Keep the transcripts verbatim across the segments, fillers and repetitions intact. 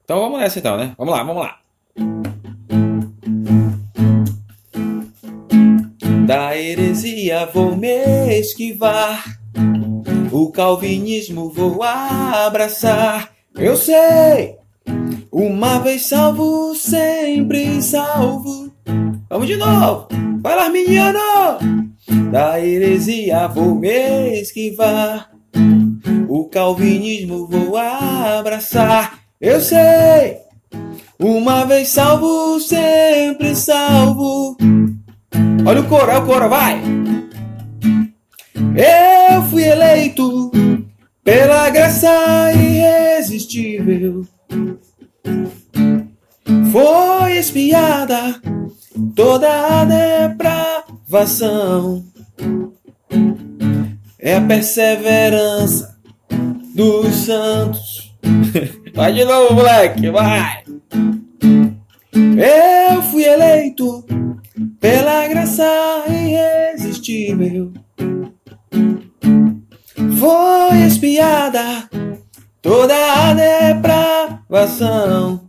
Então vamos nessa então, né? Vamos lá, vamos lá. Da heresia vou me esquivar, o calvinismo vou abraçar. Eu sei, uma vez salvo, sempre salvo. Vamos de novo, vai lá, Arminiano! Da heresia vou me esquivar, o calvinismo vou abraçar. Eu sei, uma vez salvo, sempre salvo. Olha o coro, olha o coro, vai! Eu fui eleito pela graça irresistível. Foi expiada toda a depravação. É a perseverança dos santos. Vai de novo, moleque, vai! Eu fui eleito pela graça irresistível. Foi expiada toda a depravação.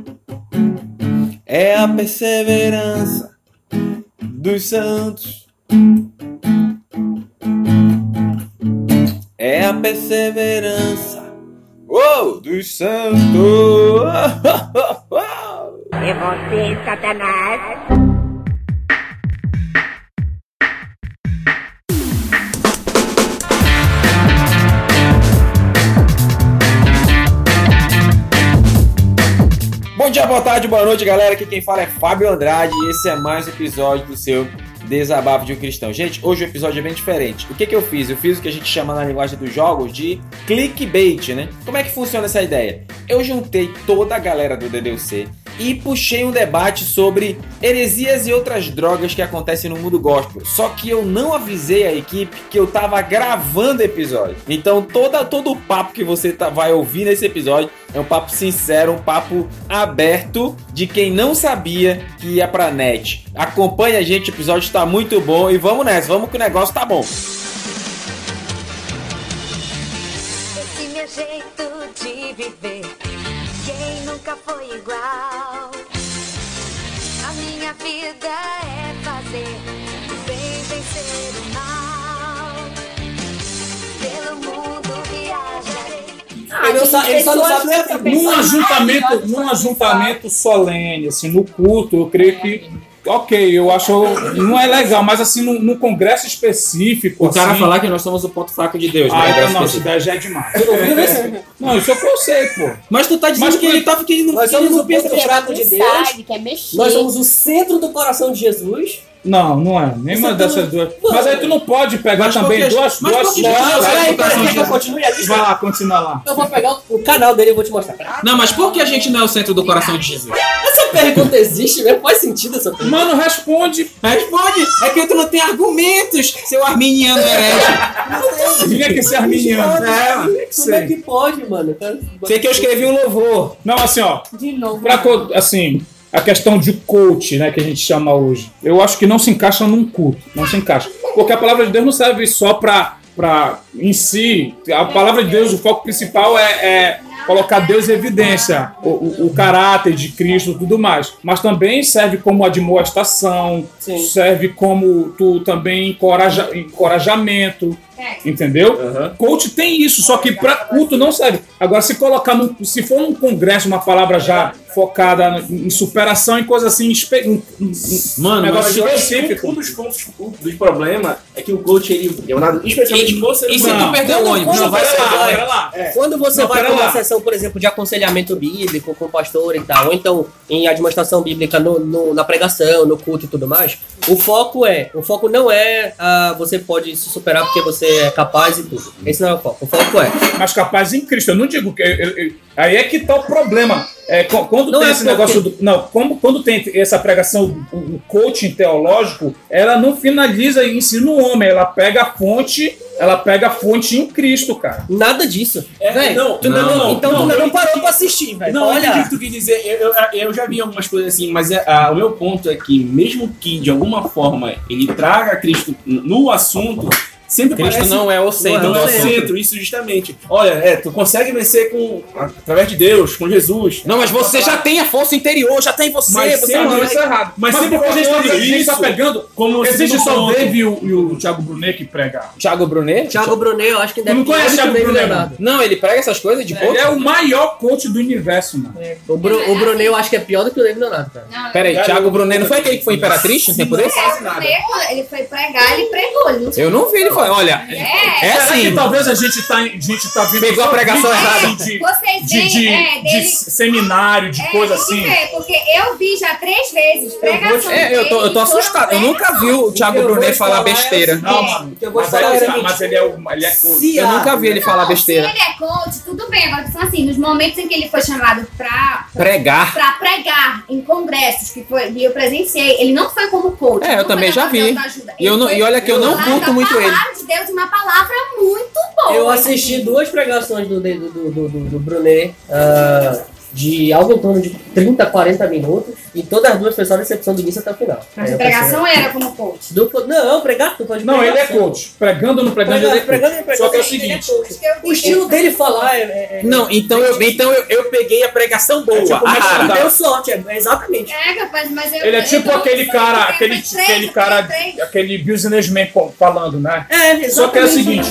É a perseverança dos santos. É a perseverança oh, dos santos. É você, Satanás. Bom dia, boa tarde, boa noite, galera. Aqui quem fala é Fábio Andrade e esse é mais um episódio do seu Desabafo de um Cristão. Gente, hoje o episódio é bem diferente. O que que eu fiz? Eu fiz o que a gente chama na linguagem dos jogos de clickbait, né? Como é que funciona essa ideia? Eu juntei toda a galera do D D U C e puxei um debate sobre heresias e outras drogas que acontecem no mundo gospel. Só que eu não avisei a equipe que eu tava gravando episódio. Então toda, todo o papo que você tá, vai ouvir nesse episódio é um papo sincero, um papo aberto de quem não sabia que ia pra net. Acompanhe a gente, o episódio está muito bom e vamos nessa, vamos que o negócio tá bom. Esse meu jeito de viver, quem nunca foi igual? A minha vida é fazer o bem vencer o mal. Pelo mundo viajarei. Ele, sabe, ele só não sabe ler. Num ajuntamento, num ajuntamento solene, assim, no culto, eu creio que, ok, eu acho, não é legal, mas assim, num, num congresso específico. O cara assim, falar que nós somos o ponto fraco de Deus. Ah, né? então não, isso daí já é demais. Não, isso é o que eu sei, pô. Mas tu tá dizendo Mas que ele tava que ele não, Nós que ele somos não o pensa ponto que fraco de Deus. Sabe, quer mexer. Nós somos o centro do coração de Jesus. Não, não é. Nenhuma Você dessas tá- duas. Mano. Mas aí tu não pode pegar Mas também por que- duas. mas duas por que- duas- Não, duas- Peraí, duas- peraí, duas- quer que eu continue a lista? Vai lá, continua lá. Eu vou pegar o, o canal dele e vou te mostrar. Não, mas por que a gente não é o centro do coração de Jesus? Essa pergunta existe mesmo? Faz sentido essa pergunta? Mano, responde. Responde! É que tu não tem argumentos, seu arminiano herege. Tinha que ser arminiano. É, mano. Tinha que Como é ser. que pode, mano? Cara, Sei que eu escrevi um louvor. Não, assim, ó. De novo. Pra, co- assim, a questão de coach, né, que a gente chama hoje, eu acho que não se encaixa num culto, não se encaixa. Porque a palavra de Deus não serve só pra, pra em si, a palavra de Deus, o foco principal é, é colocar Deus em evidência, o, o, o caráter de Cristo e tudo mais. Mas também serve como admoestação, Sim. serve como tu também encoraja, encorajamento. Entendeu? Uhum. Coach tem isso, só que para culto não serve. Agora, se colocar num, se for num congresso uma palavra já focada em superação e coisa assim, espe- um, um, Mano, um negócio mas específico. Um dos pontos do problema é que o coach ele é um nada especialmente você. E se Não. tu perder o Não, ônibus, não, não vai pera ser. lá, pera lá. É. Quando você Não, vai pera para uma lá. sessão, por exemplo, de aconselhamento bíblico com o pastor e tal, ou então em administração bíblica no, no- na pregação, no culto e tudo mais, o foco é, o foco não é ah, você pode se superar porque você é capaz e tudo. Esse não é o foco. O foco é Mas capaz em Cristo. Eu não digo que. eu- eu- eu- aí é que tá o problema. É, co- quando Não tem é esse porque- negócio do. Não, como, quando tem essa pregação, o, o coaching teológico, ela não finaliza e ensina o homem. Ela pega a fonte, ela pega a fonte em Cristo, cara. nada disso. É, Véi, não, tu não, não, não, então não, tu eu não parou entendi. pra assistir, velho. Não, eu Olha. entendi o que tu quis dizer. Eu, eu, eu já vi algumas coisas assim, mas é, ah, o meu ponto é que, mesmo que de alguma forma ele traga Cristo no assunto, sempre Cristo parece... não é o centro. Não é o centro, isso justamente. Olha, é, tu consegue vencer com, através de Deus, com Jesus. Não, mas você já tem a força interior, já tem você. Mas você sempre não Isso é errado. Mas Mas, sempre porque a gente, colocando tá- a gente tá isso pegando. como Existe segundo só o ponto. Dave e o, e o Thiago Brunet que prega. Thiago Brunet? Thiago Brunet, eu acho que Tu não deve conhece Thiago David Brunet, Leonardo. Não, ele prega essas coisas de Ele coach? é o maior coach do universo, mano. O, Bru, o Brunet eu acho que é pior do que o David Leonardo, cara. Não, Pera aí, Cara, Thiago eu- Brunet não foi aquele que foi imperatriz no tempo desse? é, o Brunet, quando ele foi pregar, ele pregou. Ele não Eu não vi ele falar. Olha, É, é Será que assim. talvez a gente tá, a gente tá vendo. Pegou a só pregação vídeos errada. De, Vocês de, veem, de, é, de dele- seminário, de É, coisa tem que assim. ver, porque eu vi já três vezes pregações É, eu tô, eu tô dele, foram assustado. Eu três nunca vi o pessoas. Thiago O que eu Brunet vou falar falar é besteira. o Não, seguinte, mano. o que eu vou Mas, falar aí, é o tá, seguinte. mas ele é o. Ele é coach. Se Eu há- nunca vi ele falar Não, besteira. Se ele é coach, tudo bem. Agora, são assim, nos momentos em que ele foi chamado pra, pra, Pregar. pra pregar em congressos que, foi, que eu presenciei, ele não foi como coach. É, eu não foi também dar já papel vi. da ajuda. E eu Ele não- foi e olha que eu não falar curto da muito ele. palavra de Deus, uma palavra muito boa. Eu assisti duas pregações do, do, do, do, do, do Brunet, ah, de algo em torno de trinta, quarenta minutos, e todas as duas foi só recepção do início até o final. Mas Aí a eu pregação era como coach. pensei, do- não, pregar, tu pode Não, ele é pregação. coach. Pregando ou não pregando, ele é Pregando, coach. pregando, Só que é o pregando, ele é seguinte. coach. Acho que eu vi O estilo dele. dele falar é... é- é- Não, então eu, então eu, eu peguei a pregação boa. É tipo a uma rara. estudada. Deu sorte, é, exatamente. É, capaz, mas eu... Ele é eu tipo não aquele sei, cara, porque aquele, foi três, aquele foi cara, três. aquele businessman co- falando, né? É, exatamente. Só que é o seguinte.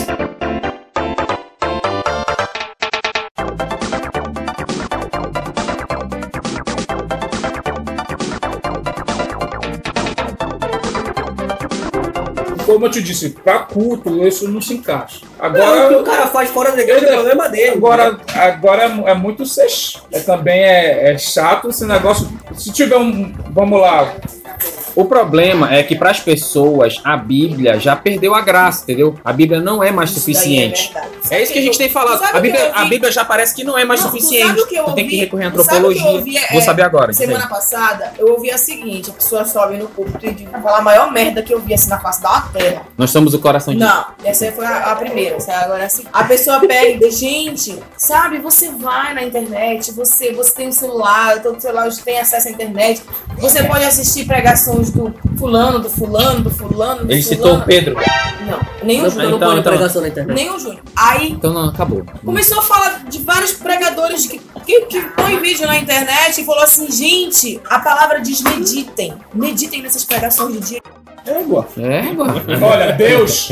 Como eu te disse, pra culto isso não se encaixa. Não, o que o Agora, cara faz fora da igreja é Ele- o problema dele. agora, agora é, mu- é muito ser, ch- é, também é, é chato esse negócio. Se tiver um, vamos lá, O problema é que para as pessoas a Bíblia já perdeu a graça, entendeu? A Bíblia não é mais Isso suficiente. daí é verdade. É isso que a gente tem falado. Sabe A o que Bíblia, eu a ouvi? Bíblia já parece que não é mais Não, tu suficiente. sabe o que eu Tu tem que ouvi? recorrer à Tu sabe o que eu antropologia. ouvi, é, Vou saber agora. Semana passada, eu ouvi a seguinte: a pessoa sobe no púlpito e diz, falar a maior merda que eu vi assim na face da terra. Nós somos o coração de Não, essa aí foi a, a primeira, essa agora é assim. A pessoa pega e diz, gente, sabe, você vai na internet, você, você tem um celular, todo celular hoje tem acesso à internet, você pode assistir pregações do fulano, do fulano, do fulano, do Ele fulano. citou o Pedro. Não, nenhum Eu Júnior. não então, ponho então. pregação na internet. Nenhum Júnior. Aí Então não, acabou. começou a falar de vários pregadores que, que, que põem vídeo na internet e falou assim, gente, a palavra diz meditem. Meditem nessas pregações de dia. égua. É, mano. Olha, Deus,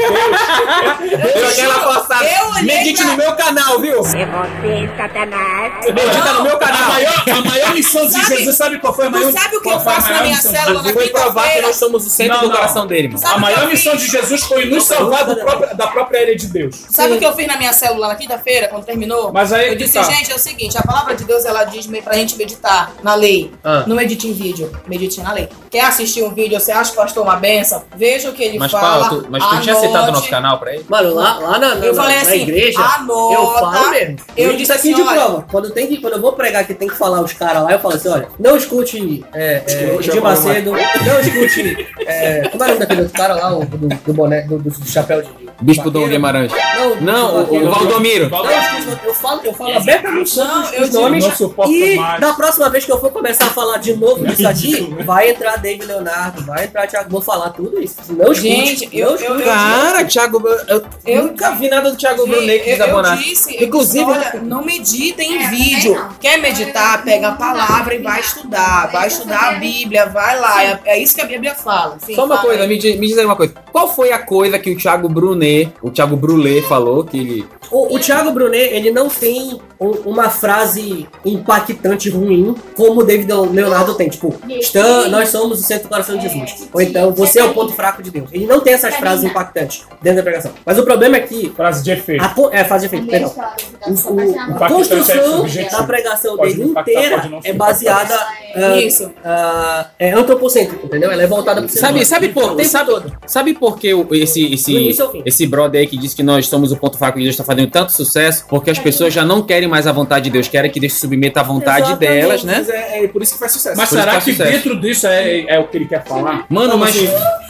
Eu aquela passada. Eu olhei Medite pra- no meu canal, viu? É você, Satanás. Medita no meu a canal. maior, a maior missão de Sabe- Jesus, sabe qual foi a Tu maior sabe o que qual eu foi a faço na maior minha missão de célula Jesus? na Foi provar que quinta-feira? nós somos o centro Não, do não. coração dele, mano. Sabe A o que maior eu missão fiz? de Jesus foi nos salvar do próprio- da própria ira de Deus. Sabe o que eu fiz na minha célula na quinta-feira, quando terminou? Mas aí eu que disse, tá. gente, é o seguinte, a palavra de Deus, ela diz me- pra gente meditar na lei. Ah. Não medite em vídeo, medite na lei. Quer assistir um vídeo, você acha que o pastor é uma benção? Veja o que ele Mas, fala, Paulo, tu, mas tu tinha citado o anote. nosso canal pra ele? Mano, lá, lá na, na, Eu falei na assim, igreja, anota. eu falo mesmo. Eu Eu disse disse aqui assim, de olha- prova. Quando, tem que, quando eu vou pregar que tem que falar os caras lá, eu falo assim, olha, não escute é, é, Eu já Edir falo Macedo, não escute... É, como é o nome daquele outro cara lá, o, do, do boné, do, do, do chapéu de... Bispo Dom vaqueiro? Guimarães. Não, Não, o, vaqueiro. o Valdomiro. Não, eu escuto, eu falo, eu falo abertamente sobre Não, os, eu os digo, nomes. não suporto E mais. da próxima vez que eu for começar a falar de novo disso aqui, vai entrar David Leonardo, vai entrar Thiago, vou falar tudo isso. Não escute, Gente, eu- não eu- escute. Cara, Thiago, eu, Eu- nunca vi nada do Thiago Gente, Brunet que eu, eu desabonasse. disse, eu Inclusive, disse, olha, não meditem em É, vídeo. também não. Quer meditar, pega a palavra e vai estudar. Vai estudar a Bíblia, vai lá. É, é isso que a Bíblia fala. Sim, Só uma fala coisa, aí. me, diz- me diz aí uma coisa. Qual foi a coisa que o Thiago Brunet, o Thiago Brulé falou que ele... O, o Thiago Brunet, ele não tem um- uma frase impactante ruim como o David Leonardo tem. Tipo, "Estã- nós somos o centro do coração de Jesus. Ou então, você é o ponto fraco de Deus. Ele não tem essas frases impactantes dentro da pregação. Mas o problema é que... Frase de efeito. A, po- é, frase de efeito, perdão. O- o- a Impactante é construção subjetivo. da pregação Pode dele impactar, inteira pode não é ser. baseada ah, Isso. ah, é antropocêntrica, entendeu? Ela é voltada pro ser Sabe, humano. sabe por, O tempo sabe, todo. sabe por que o- esse, Do esse, início ao fim. esse brother aí que diz que nós somos o ponto fraco de Deus está fazendo tanto sucesso? Porque as pessoas já não querem mais a vontade de Deus, querem que Deus se submeta à vontade Exatamente. delas, né? Mas é, é por isso que faz sucesso. Mas Por isso será faz que sucesso. dentro disso é, é o que ele quer falar? Mano, Como mas... assim?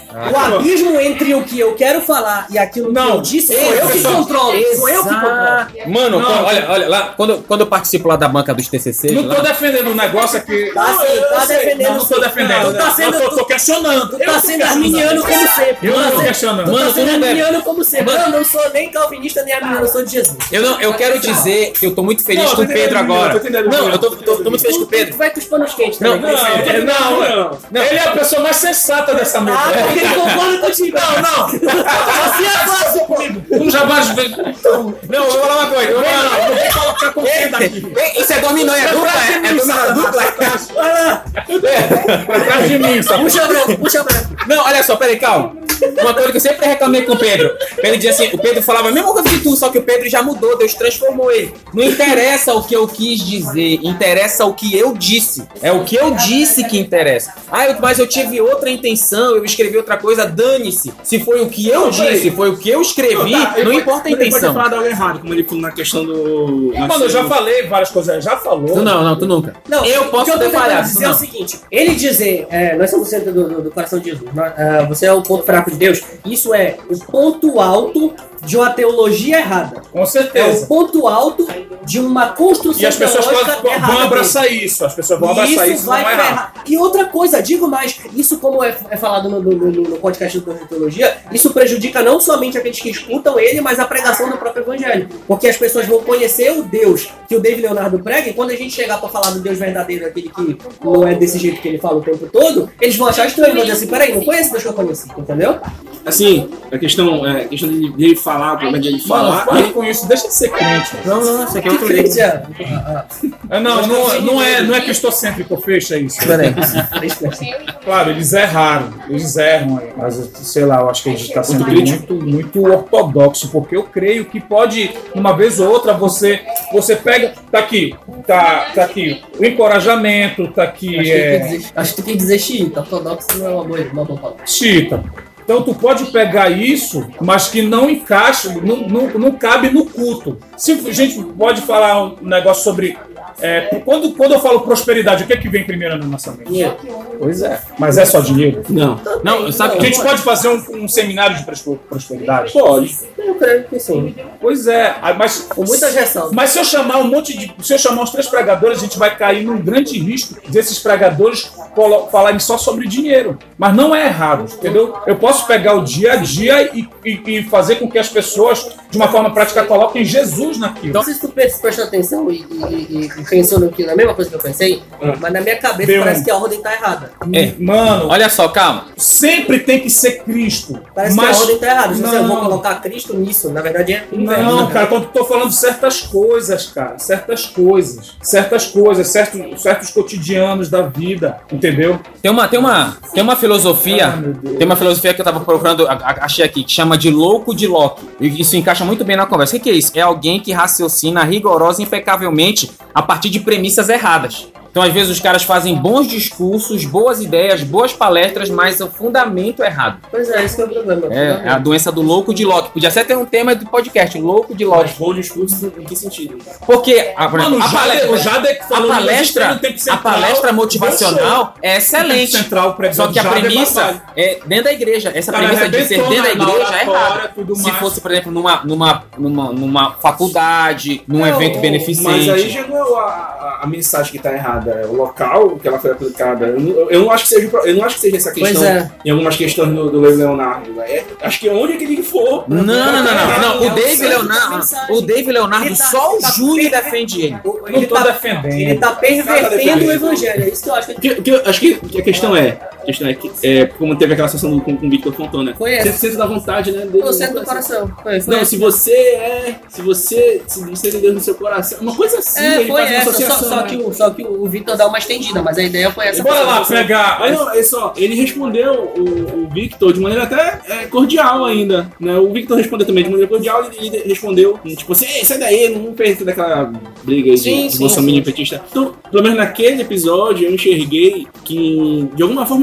O abismo entre o que eu quero falar e aquilo Não, que eu disse sou eu que pessoal, controlo. Sou eu que controlo. Mano, Não, quando- olha, olha lá, quando, quando eu participo lá da banca dos T C C, Não lá, tô defendendo o negócio aqui. Tá sim, eu tá sei. defendendo Não, não tô sim. defendendo. Tu tá sendo- Eu tô, tô questionando. Tu Eu tá tô sendo questionando. arminiano como sempre. Eu Tu tá não tô sendo- questionando. Tu Mano, tá tu sendo não deve- arminiano como sempre. Eu não sou nem calvinista nem arminiano, eu sou de Jesus. eu não, eu quero dizer que eu tô muito feliz Não, com tô o Pedro entendendo, agora. tô entendendo. Não, eu tô, tô, tô muito feliz com o Tu Pedro. vai com os panos quentes Não, também. Não, é- não, não. Ele é a pessoa mais sensata dessa mesa. Ah, porque ele concorda contigo. Não, não. Assim é fácil comigo. Tu já vai ver. Não, eu vou falar uma coisa. Eu vou falar, Não, não vem colocar conteúdo aqui. Ei, isso é dominó, é dupla, é, é dominó, é dupla. Pra trás de mim, sabe? Puxa branco, puxa branco. Não, olha só, peraí, calma. Uma coisa que eu sempre reclamei com o Pedro. Pedro dizia assim, o Pedro falava a mesma coisa que tu, só que o Pedro já mudou, Deus transformou ele. Não interessa o que eu quis dizer, interessa o que eu disse. É o que eu disse que interessa. Ah, eu- mas eu tive outra intenção, eu escrevi outra coisa, dane-se. Se foi o que eu Não, peraí. disse, foi o que eu escrevi, Não, tá, ele não pode- importa a Ele pode ter intenção. falado algo errado, como ele falou na questão do... Mano, eu já falei várias coisas. Já falou. Tu não, não, tu nunca. Não, eu o posso que eu tô ter tentando falhado, tu dizer é o não. seguinte: ele dizer, é, nós somos o centro do, do- do coração de Jesus, nós- ah, você é o ponto fraco de Deus, isso é o ponto alto de uma teologia errada. Com É o certeza. ponto alto de uma construção E as pessoas teológica podem- errada vão dele. abraçar isso. As pessoas vão E abraçar isso isso e vai vão errar. ferrar. E outra coisa, digo mais, isso como é, é falado no, no- no- no podcast do Teologia, isso prejudica não somente aqueles que escutam ele, mas a pregação do próprio evangelho. Porque as pessoas vão conhecer o Deus que o David Leonardo prega, e quando a gente chegar pra falar do Deus verdadeiro, aquele que não é desse jeito que ele fala o tempo todo, eles vão achar estranho, vão dizer assim, peraí, não conheço o Deus que eu conheci, entendeu? Assim, a questão, é, a questão dele dele falar, o problema dele Mano, falar... para com isso. Deixa de ser crente. Não, não, isso aqui é Que outro livro. crente é? Ah, Não, não, não é, não é cristocêntrico, fecha isso. Peraí. Claro, eles erraram, eles erram, aí, mas sei lá, eu acho que a gente está sendo muito, muito ortodoxo, porque eu creio que pode, uma vez ou outra, você, você pega, tá aqui, tá, tá aqui o encorajamento, tá aqui Acho que, ele quer é, dizer, acho que tu quer dizer xiita, ortodoxo não é uma boa, uma boa palavra. chita. Então tu pode pegar isso, mas que não encaixa, não, não, não cabe no culto. Se a gente pode falar um negócio sobre é, quando, quando eu falo prosperidade, o que é que vem primeiro na nossa mente? Dinheiro. Pois é. Mas é só dinheiro? Não, Não, sabe A que gente pode fazer um, um seminário de prosper- prosperidade? pode. Eu creio que sim. Pois é, ah, mas, Com muitas ressalvas. mas se eu chamar um monte de. Se eu chamar os três pregadores, a gente vai cair num grande risco desses pregadores colo- falarem só sobre dinheiro. Mas não é errado, entendeu? Eu posso pegar o dia a dia e, e- e fazer com que as pessoas, de uma forma prática, coloquem Jesus naquilo. Não sei se tu pre- prestou atenção e, e- e- e pensou no que, na mesma coisa que eu pensei, mas na minha cabeça Deu parece um- que a ordem tá errada. É. Mano, Olha só, calma. sempre tem que ser Cristo. Parece mas que a ordem tá errada. Se você eu vou não. colocar Cristo nisso, na verdade é inverso, Não, né? cara, quando eu tô falando certas coisas, cara, certas coisas, certas coisas, certos, certos cotidianos da vida, entendeu? Tem uma, tem uma, tem uma filosofia, Ah, meu Deus. tem uma filosofia que eu tava procurando, a- a- achei aqui, que chama de louco de Locke. E isso encaixa muito bem na conversa. O que que é isso? É alguém que raciocina rigorosa e impecavelmente a partir de premissas erradas. Então, às vezes, os caras fazem bons discursos, boas ideias, boas palestras, mas o fundamento é errado. Pois é, esse que é o problema. É, é a doença do louco de Locke. Podia até ter um tema do podcast, louco de Locke. Mas bom discurso em que sentido? Porque a, por exemplo, Mano, o a Jader, palestra, o Jader que a falou no palestra, Ministério do Tempo a Central, palestra motivacional é excelente. Central, Só que a Jader premissa Batalha. é dentro da igreja. Essa O cara premissa de ser arrebentou dentro da na- na igreja é oratória, errada. tudo Se mais. fosse, por exemplo, numa, numa, numa, numa faculdade, num Não, evento beneficente. Mas aí já não é a, a, a mensagem que tá errada, é o local que ela foi aplicada. Eu não, eu não acho que seja, o pro- eu não acho que seja essa questão Pois é. em algumas questões do, do Leonardo. É, acho que é onde que ele for. Não, não, não, não, não. É O o David centro da Leonardo, mensagem. o David Leonardo, Ele tá- só o tá Júlio per- defende ele. O- Não Ele tô tá, defendendo. ele tá pervertendo o evangelho, é isso que eu acho que ele Que, que eu acho que, que a questão é, a questão é que, é, como teve aquela sessão do- com, com o Victor Fonton, né? Foi essa. Você sente da vontade, né? dele- no centro do coração. Foi, foi Não, essa. se você é. Se você. Se você tem Deus no seu coração. Uma coisa assim, É, ele foi faz uma essa, só, associação. só, né? que o, só que o Victor dá uma estendida, mas a ideia foi essa. Bora lá pegar. Aí, não, é só, ele respondeu o, o Victor de maneira até é, cordial ainda, né? O Victor respondeu também de maneira cordial, ele, ele respondeu, tipo assim, ei, sai daí, não perca daquela briga aí de, Sim, de sim, bolsominion sim. petista. Então, pelo menos naquele episódio, eu enxerguei que, de alguma forma,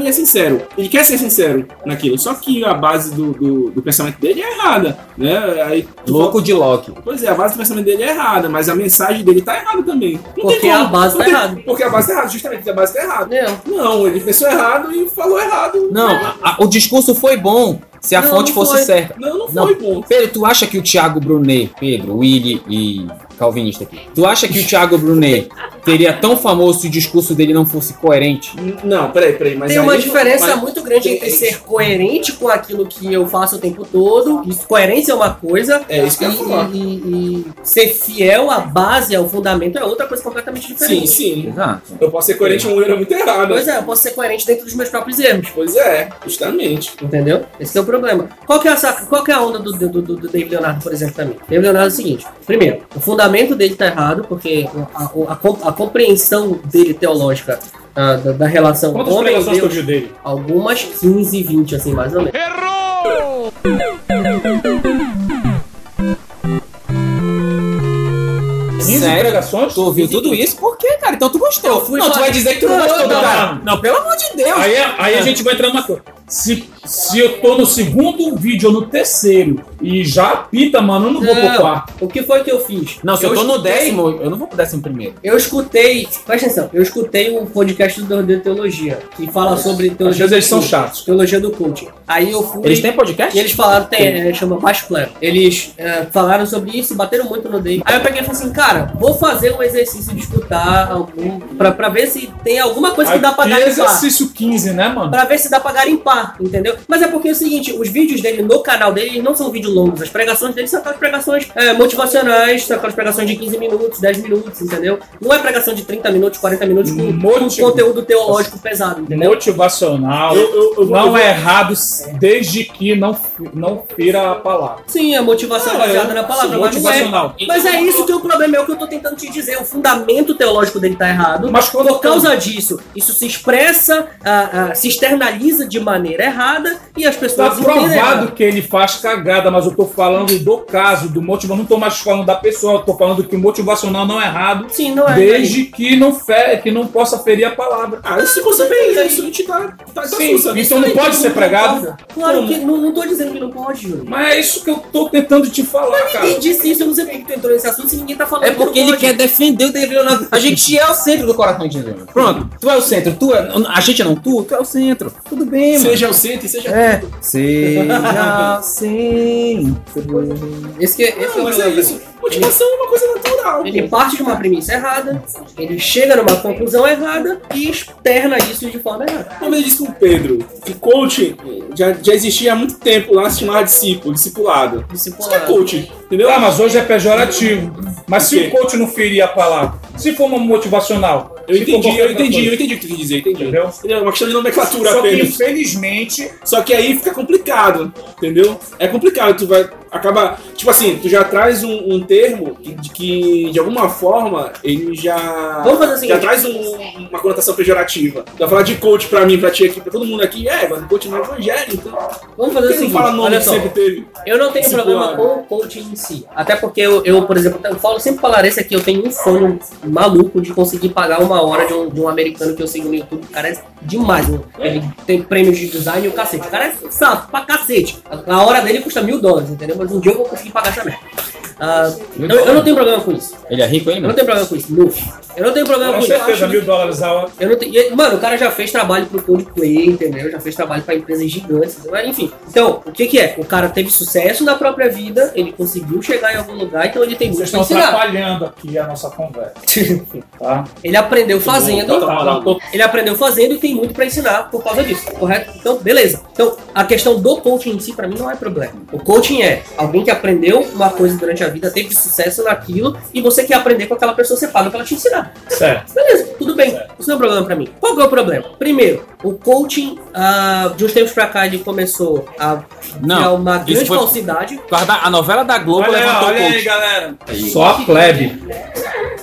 ele é sincero. Ele quer ser sincero naquilo. Só que a base do, do, do pensamento dele é errada, né? Aí, Louco de Loki. Pois é, a base do pensamento dele é errada, mas a mensagem dele tá errada também. Não Porque tem como, a base não tá tem- errada. Porque a base tá errada, justamente, porque a base tá errada. Não. Não, ele pensou errado e falou errado. Não, a- a- o discurso foi bom se a Não, fonte não fosse foi. certa. Não, não Não. foi bom. Pedro, tu acha que o Thiago Brunet, Pedro, Willy e Calvinista aqui, tu acha que o Thiago Brunet teria tão famoso se o discurso dele não fosse coerente? Não, peraí, peraí. Mas Tem aí- uma diferença mas- muito grande entre ser coerente com aquilo que eu faço o tempo todo, isso, coerência é uma coisa, É isso que eu ia falar. e, e- e ser fiel à base, ao fundamento, é outra coisa completamente Sim, diferente. sim. Exato. Eu posso ser coerente em um erro muito errado. Pois é, eu posso ser coerente dentro dos meus próprios erros. Pois é, justamente. Entendeu? Esse que é o problema. Qual que é, essa, qual que é a onda do, do, do, do David Leonardo, por exemplo, pra mim? David Leonardo é o seguinte: primeiro, o fundamento dele tá errado, porque a, a, a, com- a compreensão dele teológica ah, da, da relação Quantas homem e pregações tu Deus, viu dele? algumas quinze, vinte, assim, mais ou menos. quinze Sério? pregações? Tu ouviu tudo isso? Por quê, cara? Então tu gostou. Eu fui não, tu falar- vai dizer que tu não Não, gostou do não, cara. Não, pelo amor de Deus. Aí, aí a gente vai entrar numa coisa. Se, se eu tô no segundo vídeo ou no terceiro e já apita, mano, eu não vou pro quarto. O que foi que eu fiz? Não, se eu, tô no escutei- décimo, eu não vou pro décimo primeiro. Eu escutei, presta atenção, eu escutei um podcast do de Teologia, que fala sobre Às teologia vezes eles do são coaching, chatos. Teologia do coaching. Aí eu fui... Eles têm podcast? E eles falaram, tem, é, chama Baixo Plano. Eles é, falaram sobre isso, bateram muito no Dave. Aí eu peguei e falei assim, cara, vou fazer um exercício de escutar algum, pra, pra ver se tem alguma coisa que dá pra Aqui é garimpar. exercício quinze, né, mano? Pra ver se dá pra garimpar, entendeu? Mas é porque é o seguinte, os vídeos dele no canal dele eles não são vídeos longos, as pregações dele são aquelas pregações é, motivacionais, são aquelas pregações de quinze minutos, dez minutos, entendeu? Não é pregação de trinta minutos, quarenta minutos com, com Motiv- conteúdo teológico pesado, entendeu? Motivacional. Eu- eu- eu vou- eu não vou- é errado desde que não, não fira a palavra. Sim, a motivação É, baseada na palavra, sim, mas não é. motivacional. Mas é isso que é o problema, é o que eu tô tentando te dizer. O fundamento teológico dele tá errado. Mas quando por causa disso, isso se expressa, ah, ah, se externaliza de maneira errada e as Tá pessoas entendem provado errado. que ele faz cagada, mas eu tô falando do caso, do motivacional. Não tô mais falando da pessoa, eu tô falando que o motivacional não é errado, Sim, não é. desde que não, fe, que não possa ferir a palavra. Ah, se você fez isso, a gente tá, tá, tá Sim, sussa. então não pode ser pregado? Claro que não, não tô dizendo que não pode, Júlio. Mas é isso que eu tô tentando te falar, cara. Ninguém disse isso, eu não sei por que tu entrou nesse assunto se ninguém tá falando É que não porque ele pode. quer defender o David Leonardo. A gente é o centro do coração de Deus. Pronto, tu é o centro, tu é... A gente é não tu, tu é o centro. Tudo bem, mano. Seja o centro e seja É. Seja sempre. Esse que, esse que é Não, o mas é problema. isso. Motivação é uma coisa natural. Ele pô. parte de uma premissa errada, ele chega numa conclusão errada e externa isso de forma errada. Uma vez eu disse com o Pedro que coaching já, já existia há muito tempo lá, se chamava discípulo, discipulado. Isso que é coaching, entendeu? Ah, mas hoje é pejorativo. Mas se Por quê? o coach não ferir a palavra, se for uma motivacional, Eu se for entendi, qualquer eu outra entendi, eu coisa, entendi o que tu quis dizer, entendi. Entendeu? É uma questão de nomenclatura Só que apenas. infelizmente, Só que aí fica complicado, entendeu? É complicado, tu vai acabar. Tipo assim, tu já traz um, um termo que, de que, de alguma forma, ele já. Vamos fazer o seguinte. Já traz um- uma conotação pejorativa. Tu vai falar de coach pra mim, pra ti aqui, pra todo mundo aqui, é, mas coach não é evangelho, então. Vamos Por fazer o que não seguinte, fala nome olha que só, sempre teve? eu não tenho Discipulado. problema com o coaching em si, até porque eu, eu, por exemplo, eu falo sempre pra Larissa que eu tenho um sonho maluco de conseguir pagar uma hora de um, de um americano que eu sigo no YouTube, o cara é demais, né? Ele tem prêmios de design e o cacete, o cara é sapo pra cacete, a, a hora dele custa mil dólares, entendeu? Mas um dia eu vou conseguir pagar essa merda. Ah, eu, eu não tenho problema com isso. Ele é rico, hein, Eu não mano? tenho problema com isso. Não. Eu não tenho problema com com isso. Eu certeza, acho- mil dólares a hora. Eu não tenho... e, Mano, o cara já fez trabalho pro Coldplay, entendeu? Já fez trabalho pra empresas gigantes, mas enfim. Então, o que que é? O cara teve sucesso na própria vida, ele conseguiu chegar em algum lugar, então ele tem Vocês muito pra estão ensinar. atrapalhando aqui a nossa conversa, tá? Ele aprendeu fazendo, Tá, tá, tá, tá. ele aprendeu fazendo e tem muito pra ensinar por causa disso, correto? Então, beleza. Então, a questão do coaching em si, pra mim, não é problema. O coaching é alguém que aprendeu uma coisa durante a vida, teve sucesso naquilo, e você quer aprender com aquela pessoa, você paga pra ela te ensinar. Certo. Beleza, tudo bem. Isso não é problema pra mim. Qual que é o problema? Primeiro, o coaching, ah, de uns tempos pra cá, ele começou a Não, criar uma isso grande foi- falsidade. Por causa da- A novela da Globo Olha, levantou olha o aí, coach. galera. Só a plebe.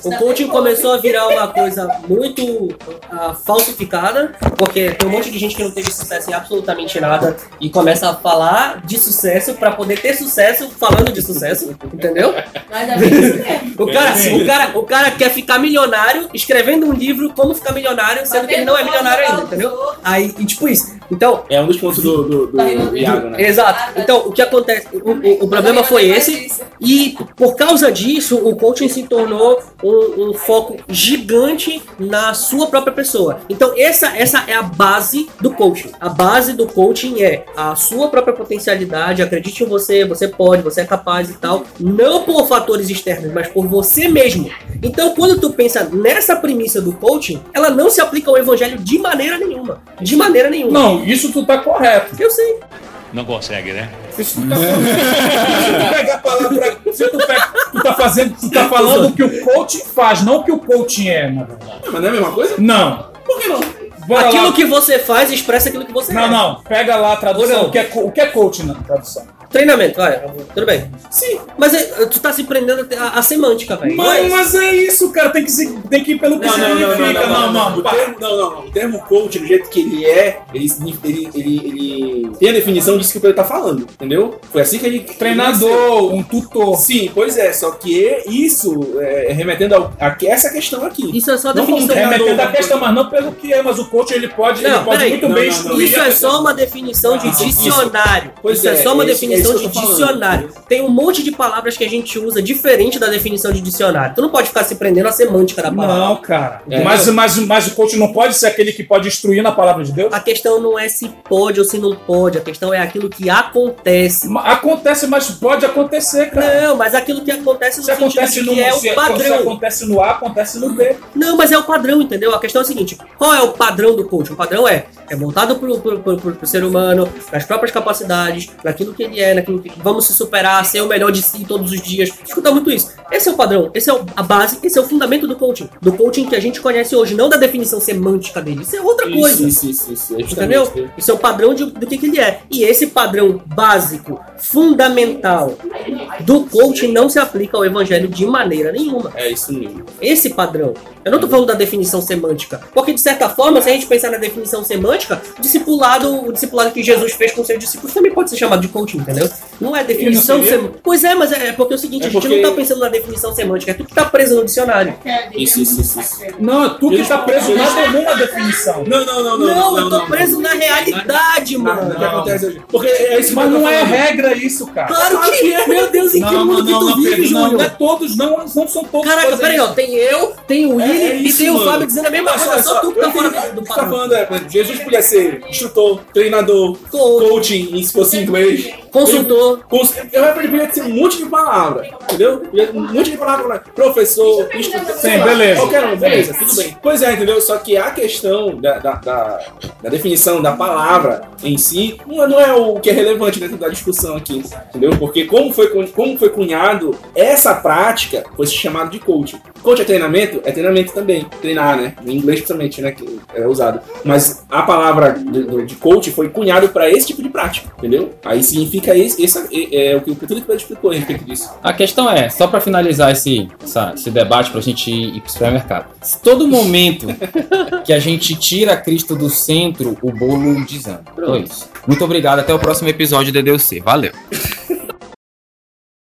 O coaching começou a virar uma coisa muito uh, falsificada, porque tem um monte de gente que não teve sucesso em absolutamente nada e começa a falar de sucesso pra poder ter sucesso falando de sucesso, entendeu? Mas a gente O cara, o, cara, o cara quer ficar milionário escrevendo um livro como ficar milionário, sendo que ele não é milionário ainda, entendeu? Aí, e tipo isso. Então, É um dos pontos do, do, do Iago, né? exato. Então, o que acontece? O, o, o problema foi esse. E por causa disso, o coaching se tornou um, um foco gigante na sua própria pessoa. Então, essa, essa é a base do coaching. A base do coaching é a sua própria potencialidade. Acredite em você, você pode, você é capaz e tal. Não por fatores externos, mas por você mesmo. Então, quando tu pensa nessa premissa do coaching, ela não se aplica ao evangelho de maneira nenhuma. De maneira nenhuma. Não, isso tu tá correto. Eu sei. Não consegue, né? Isso tu tá Se tu pega a palavra. Se tu, pega, tu tá fazendo. Tu tá falando o que o coaching faz, não o que o coaching é, na verdade. Mas não é a mesma coisa? Não. Por que não? Bora Aquilo lá. que você faz expressa aquilo que você Não, é. não. Pega lá a tradução. Ou não. O que é, co- o que é coaching na tradução? Treinamento, vai, tudo bem. Sim. Mas é, tu tá se prendendo a, a semântica, velho. Não é Mas, isso. mas é isso, cara. Tem que, se, tem que ir pelo que Não, não, não, não, significa. não, não, não. O pá. termo, não, não, não. O termo coach, do jeito que ele é, ele, ele, ele, ele tem a definição disso que ele tá falando, entendeu? Foi assim que ele... Treinador, um tutor. Sim, pois é, só que isso é remetendo ao, a essa questão aqui. Isso é só Não como definição. treinador. Remetendo a questão, mas não pelo que é. Mas o coach, ele pode, Não, ele pode peraí. muito Não, bem não, não. instruir. Isso a é pessoa. só uma definição de Isso, dicionário. Pois Isso é, é, só uma é isso- é definição isso que eu de tô falando. dicionário. Tem um monte de palavras que a gente usa diferente da definição de dicionário. Tu não pode ficar se prendendo à semântica da palavra. Não, cara. É. Mas, mas, mas o coach não pode ser aquele que pode instruir na palavra de Deus? A questão não é se pode ou se não pode. A questão é aquilo que acontece. Acontece, mas pode acontecer, cara. Não, mas aquilo que acontece no Se sentido acontece de no que é se, o se padrão. acontece no A, acontece no B. Não, mas é o padrão, entendeu? A questão é a seguinte: qual é o padrão do coach? O padrão é, é voltado pro, pro, pro, pro, pro ser humano, nas próprias capacidades, naquilo que ele é, naquilo que vamos se superar, ser o melhor de si todos os dias. Escuta muito isso. Esse é o padrão, esse é o- a base, esse é o fundamento do coaching. Do coaching que a gente conhece hoje, não da definição semântica dele. Isso é outra coisa. Isso, isso, isso. É Entendeu? justamente- Isso é o padrão de- do que, que ele é. E esse padrão básico, fundamental do coaching não se aplica ao evangelho de maneira nenhuma. É isso mesmo. Esse padrão. Eu não tô falando da definição semântica. Porque, de certa forma, se a gente pensar na definição semântica, o discipulado, o discipulado que Jesus fez com seus discípulos também pode ser chamado de coaching, entendeu? Não é definição seria? semântica. Pois é, mas é, é porque é o seguinte, É a gente porque- não tá pensando na definição semântica, é tu que tá preso no dicionário. Isso, isso, isso. isso. Não, tu que tá preso na numa definição. Não, não, não, não. Não, eu tô preso na realidade, Não, mano. o que acontece hoje? Porque é isso que Mas eu tô não é falando. regra isso, cara. Claro que é, meu Deus, em que Não, mundo não, que não, tu não, vive, Pedro, não, Júnior? não é todos, não, não são todos. Caraca, fazem peraí, ó, isso. tem eu, tem o Willy É e isso, tem o mano. Fábio dizendo a mesma Olha coisa, só tu que tá eu fora queria- do o que tá padrão. falando é, por exemplo, Jesus podia ser instrutor, treinador, Coach. coaching, se fosse inglês. Consultor. Cons- Eu podia ter um monte de palavra, entendeu? Podia ter Um monte de palavra, professor, instrutor. sei lá, beleza. Qualquer um, beleza, tudo bem. Pois é, entendeu? Só que a questão da, da, da, da definição da palavra em si não é, não é o que é relevante dentro da discussão aqui, entendeu? Porque como foi, cun- como foi cunhado essa prática, foi se chamado de coaching. Coach é treinamento? É treinamento também. Treinar, né? Em inglês principalmente, né? Que é usado. Mas a palavra de, do- de coach foi cunhado para esse tipo de prática, entendeu? Aí significa esse, esse é, é o que o Pedro explicou a respeito disso. A questão é, só pra finalizar esse, essa- esse debate pra gente ir pro supermercado. Se todo momento que a gente tira Cristo do centro, o bolo desanda. Foi isso. Muito obrigado, até o próximo episódio do D D U C. Valeu.